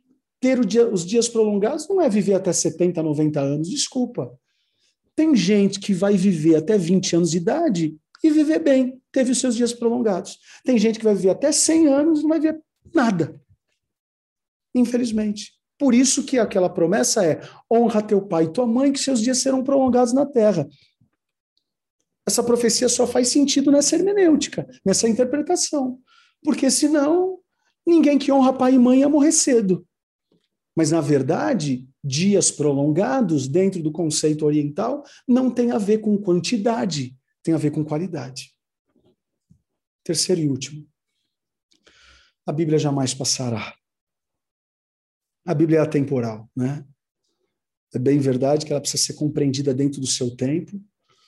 ter os dias prolongados não é viver até 70, 90 anos, desculpa. Tem gente que vai viver até 20 anos de idade e viver bem, teve os seus dias prolongados. Tem gente que vai viver até 100 anos e não vai ver nada. Infelizmente. Por isso que aquela promessa é: honra teu pai e tua mãe, que seus dias serão prolongados na terra. Essa profecia só faz sentido nessa hermenêutica, nessa interpretação. Porque senão, ninguém que honra pai e mãe ia morrer cedo. Mas, na verdade, dias prolongados, dentro do conceito oriental, não tem a ver com quantidade, tem a ver com qualidade. Terceiro e último. A Bíblia jamais passará. A Bíblia é atemporal, né? É bem verdade que ela precisa ser compreendida dentro do seu tempo.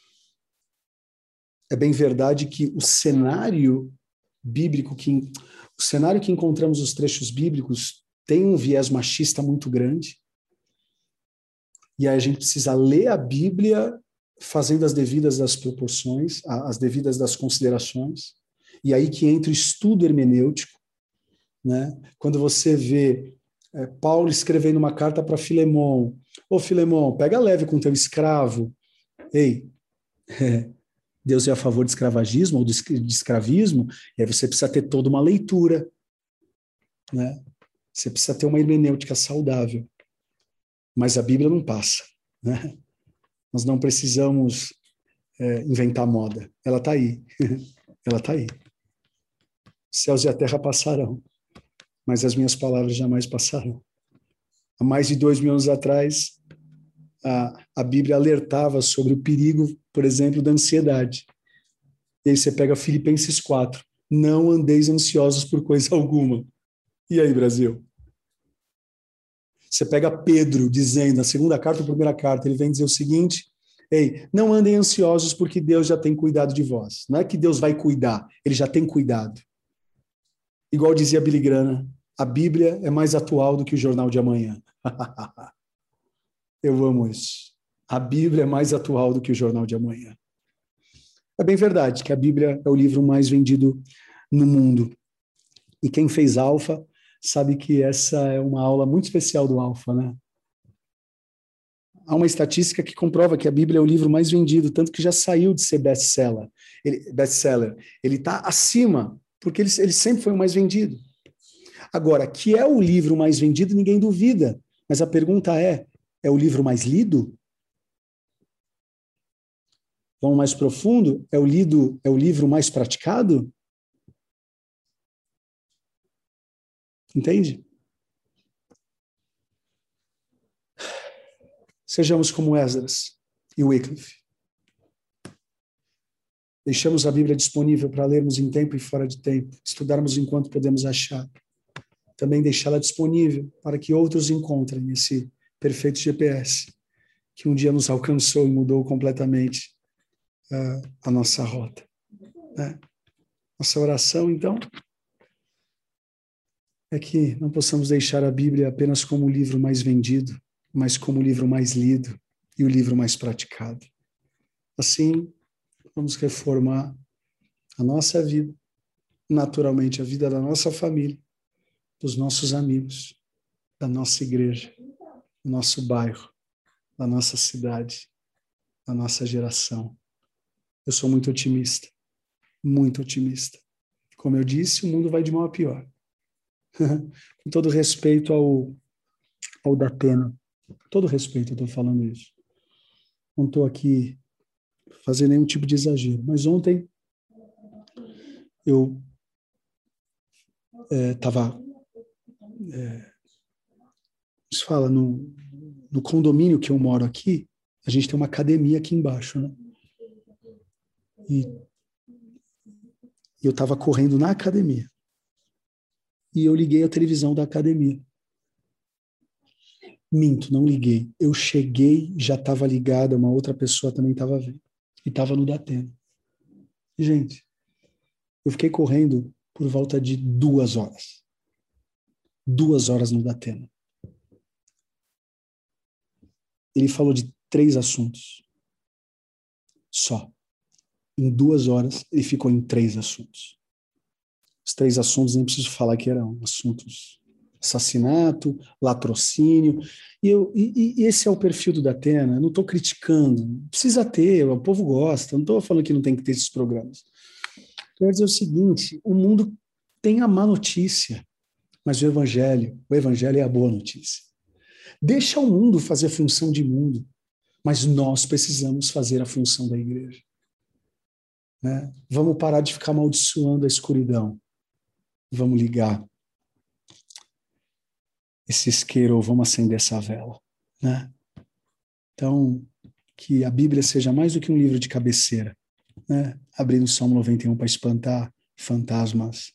É bem verdade que o cenário bíblico, o cenário que encontramos nos trechos bíblicos tem um viés machista muito grande. E aí a gente precisa ler a Bíblia fazendo as devidas das proporções, as devidas das considerações. E aí que entra o estudo hermenêutico, né? Quando você vê Paulo escrevendo uma carta para Filemon: ô Filemon, pega leve com teu escravo. Ei, Deus é a favor de escravagismo ou de escravismo, e aí você precisa ter toda uma leitura, né? Você precisa ter uma hermenêutica saudável. Mas a Bíblia não passa, né? Nós não precisamos inventar moda. Ela está aí. Ela está aí. Céus e a terra passarão, mas as minhas palavras jamais passarão. Há mais de 2000 anos atrás, a Bíblia alertava sobre o perigo, por exemplo, da ansiedade. E aí você pega Filipenses 4. Não andeis ansiosos por coisa alguma. E aí, Brasil? Você pega Pedro dizendo, na segunda carta ou primeira carta, ele vem dizer o seguinte: ei, não andem ansiosos porque Deus já tem cuidado de vós. Não é que Deus vai cuidar, ele já tem cuidado. Igual dizia Billy Graham, a Bíblia é mais atual do que o jornal de amanhã. Eu amo isso. A Bíblia é mais atual do que o jornal de amanhã. É bem verdade que a Bíblia é o livro mais vendido no mundo. E quem fez Alfa sabe que essa é uma aula muito especial do Alfa, né? Há uma estatística que comprova que a Bíblia é o livro mais vendido, tanto que já saiu de ser best-seller. Ele está acima, porque ele sempre foi o mais vendido. Agora, que é o livro mais vendido, ninguém duvida. Mas a pergunta é o livro mais lido? Vamos mais profundo? É o livro mais praticado? Entende? Sejamos como Esdras e Wycliffe. Deixamos a Bíblia disponível para lermos em tempo e fora de tempo, estudarmos enquanto podemos achar. Também deixá-la disponível para que outros encontrem esse perfeito GPS que um dia nos alcançou e mudou completamente a nossa rota. Né? Nossa oração, então, é que não possamos deixar a Bíblia apenas como o livro mais vendido, mas como o livro mais lido e o livro mais praticado. Assim, vamos reformar a nossa vida, naturalmente a vida da nossa família, dos nossos amigos, da nossa igreja, do nosso bairro, da nossa cidade, da nossa geração. Eu sou muito otimista, muito otimista. Como eu disse, o mundo vai de mal a pior. Com todo respeito ao Datena, com todo respeito eu estou falando isso. Não estou aqui fazendo nenhum tipo de exagero, mas ontem eu estava se fala no condomínio que eu moro aqui, a gente tem uma academia aqui embaixo, né? E eu estava correndo na academia. E eu liguei a televisão da academia. Minto, não liguei. Eu cheguei, já estava ligada, uma outra pessoa também estava vendo. E estava no Datena. Gente, eu fiquei correndo por volta de 2 horas. 2 horas no Datena. Ele falou de 3 assuntos. Só. Em 2 horas, ele ficou em 3 assuntos. Os 3 assuntos, nem preciso falar que eram assuntos assassinato, latrocínio. E esse é o perfil do Datena. Eu não estou criticando. Precisa ter, o povo gosta. Eu não estou falando que não tem que ter esses programas. Eu quero dizer o seguinte, o mundo tem a má notícia, mas o evangelho é a boa notícia. Deixa o mundo fazer a função de mundo, mas nós precisamos fazer a função da igreja. Né? Vamos parar de ficar amaldiçoando a escuridão. Vamos ligar esse isqueiro, vamos acender essa vela. Né? Então, que a Bíblia seja mais do que um livro de cabeceira, né? Abrindo o Salmo 91 para espantar fantasmas.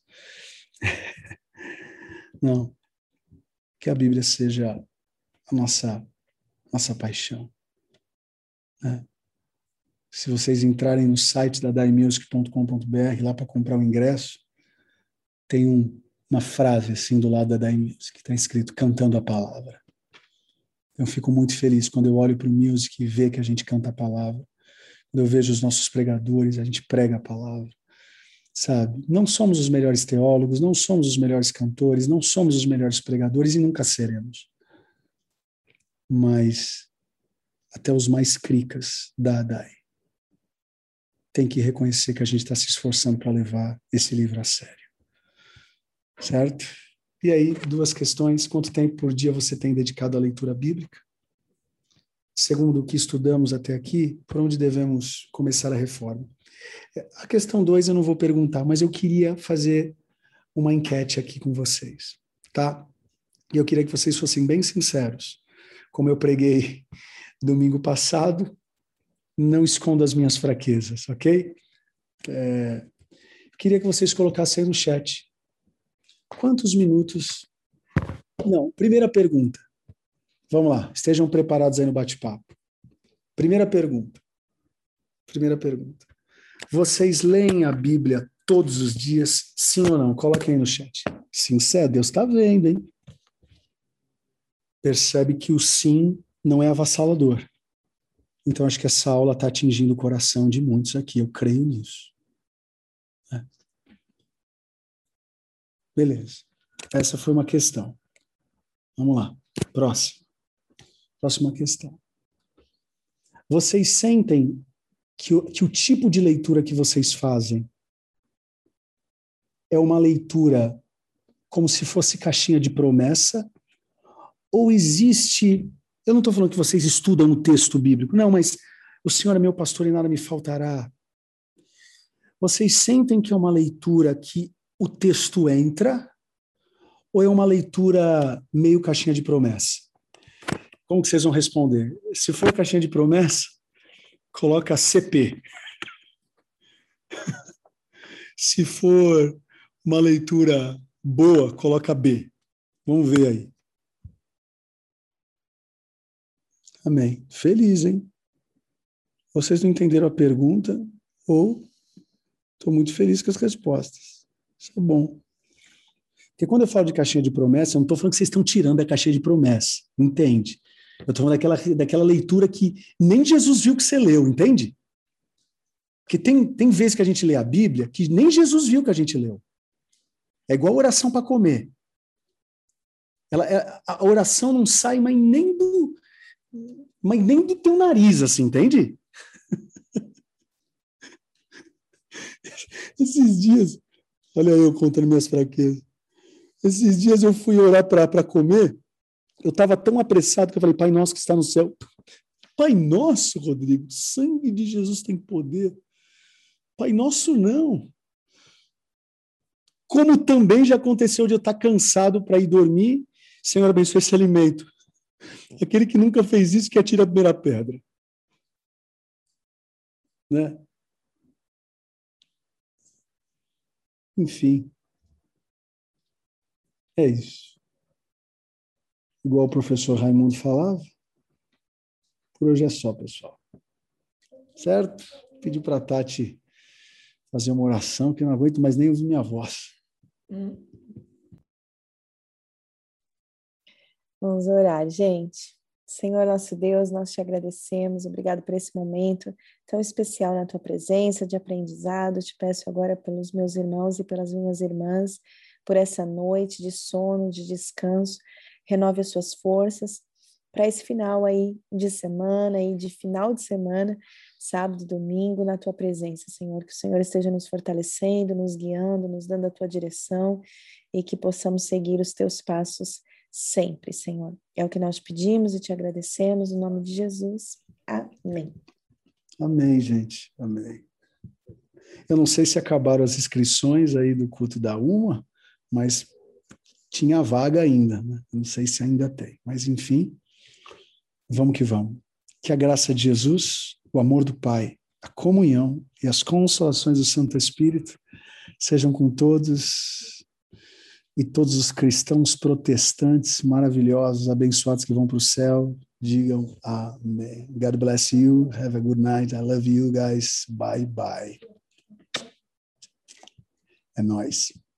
Não. Que a Bíblia seja a nossa paixão. Né? Se vocês entrarem no site da daimusic.com.br, lá para comprar o ingresso, tem uma frase assim do lado da Dai Music, que está escrito cantando a palavra. Eu fico muito feliz quando eu olho para o Music e vejo que a gente canta a palavra. Quando eu vejo os nossos pregadores, a gente prega a palavra. Sabe? Não somos os melhores teólogos, não somos os melhores cantores, não somos os melhores pregadores e nunca seremos. Mas até os mais cricas da ADAI tem que reconhecer que a gente está se esforçando para levar esse livro a sério. Certo? E aí, 2 questões. Quanto tempo por dia você tem dedicado à leitura bíblica? Segundo o que estudamos até aqui, por onde devemos começar a reforma? A questão 2 eu não vou perguntar, mas eu queria fazer uma enquete aqui com vocês, tá? E eu queria que vocês fossem bem sinceros. Como eu preguei domingo passado, não escondo as minhas fraquezas, ok? Queria que vocês colocassem aí no chat. Quantos minutos... Não, primeira pergunta. Vamos lá, estejam preparados aí no bate-papo. Primeira pergunta. Vocês leem a Bíblia todos os dias, sim ou não? Coloquem aí no chat. Sim, Deus está vendo, hein? Percebe que o sim não é avassalador. Então, acho que essa aula está atingindo o coração de muitos aqui. Eu creio nisso. É. Beleza. Essa foi uma questão. Vamos lá. Próxima questão. Vocês sentem que o tipo de leitura que vocês fazem é uma leitura como se fosse caixinha de promessa? Ou existe... Eu não estou falando que vocês estudam o texto bíblico, não, mas o Senhor é meu pastor e nada me faltará. Vocês sentem que é uma leitura que o texto entra ou é uma leitura meio caixinha de promessa? Como que vocês vão responder? Se for caixinha de promessa, coloca CP. Se for uma leitura boa, coloca B. Vamos ver aí. Amém. Feliz, hein? Vocês não entenderam a pergunta ou estou muito feliz com as respostas. Isso é bom. Porque quando eu falo de caixinha de promessa, eu não estou falando que vocês estão tirando a caixinha de promessa. Entende? Eu estou falando daquela leitura que nem Jesus viu que você leu, entende? Porque tem vezes que a gente lê a Bíblia que nem Jesus viu que a gente leu. É igual oração para comer. A oração não sai mas nem do teu nariz, assim, entende? Esses dias, olha eu contando minhas fraquezas. Esses dias eu fui orar para comer, eu estava tão apressado que eu falei, Pai nosso que está no céu. Pai nosso, Rodrigo, sangue de Jesus tem poder. Pai nosso não. Como também já aconteceu de eu estar cansado para ir dormir, Senhor abençoe esse alimento. Aquele que nunca fez isso que atira a primeira pedra. Né? Enfim. É isso. Igual o professor Raimundo falava, por hoje é só, pessoal. Certo? Pedi para a Tati fazer uma oração, que eu não aguento mais nem ouvir minha voz. Vamos orar, gente. Senhor nosso Deus, nós te agradecemos, obrigado por esse momento tão especial na tua presença, de aprendizado. Te peço agora pelos meus irmãos e pelas minhas irmãs, por essa noite de sono, de descanso. Renove as suas forças para esse final aí de semana e de final de semana, sábado e domingo, na tua presença, Senhor. Que o Senhor esteja nos fortalecendo, nos guiando, nos dando a tua direção e que possamos seguir os teus passos sempre, Senhor. É o que nós pedimos e te agradecemos, em nome de Jesus. Amém. Amém, gente. Amém. Eu não sei se acabaram as inscrições aí do culto da Uma, mas tinha vaga ainda, né? Eu não sei se ainda tem. Mas, enfim, vamos que vamos. Que a graça de Jesus, o amor do Pai, a comunhão e as consolações do Santo Espírito sejam com todos e todos os cristãos protestantes maravilhosos, abençoados que vão para o céu, digam amém. God bless you. Have a good night. I love you guys. Bye, bye. É nóis.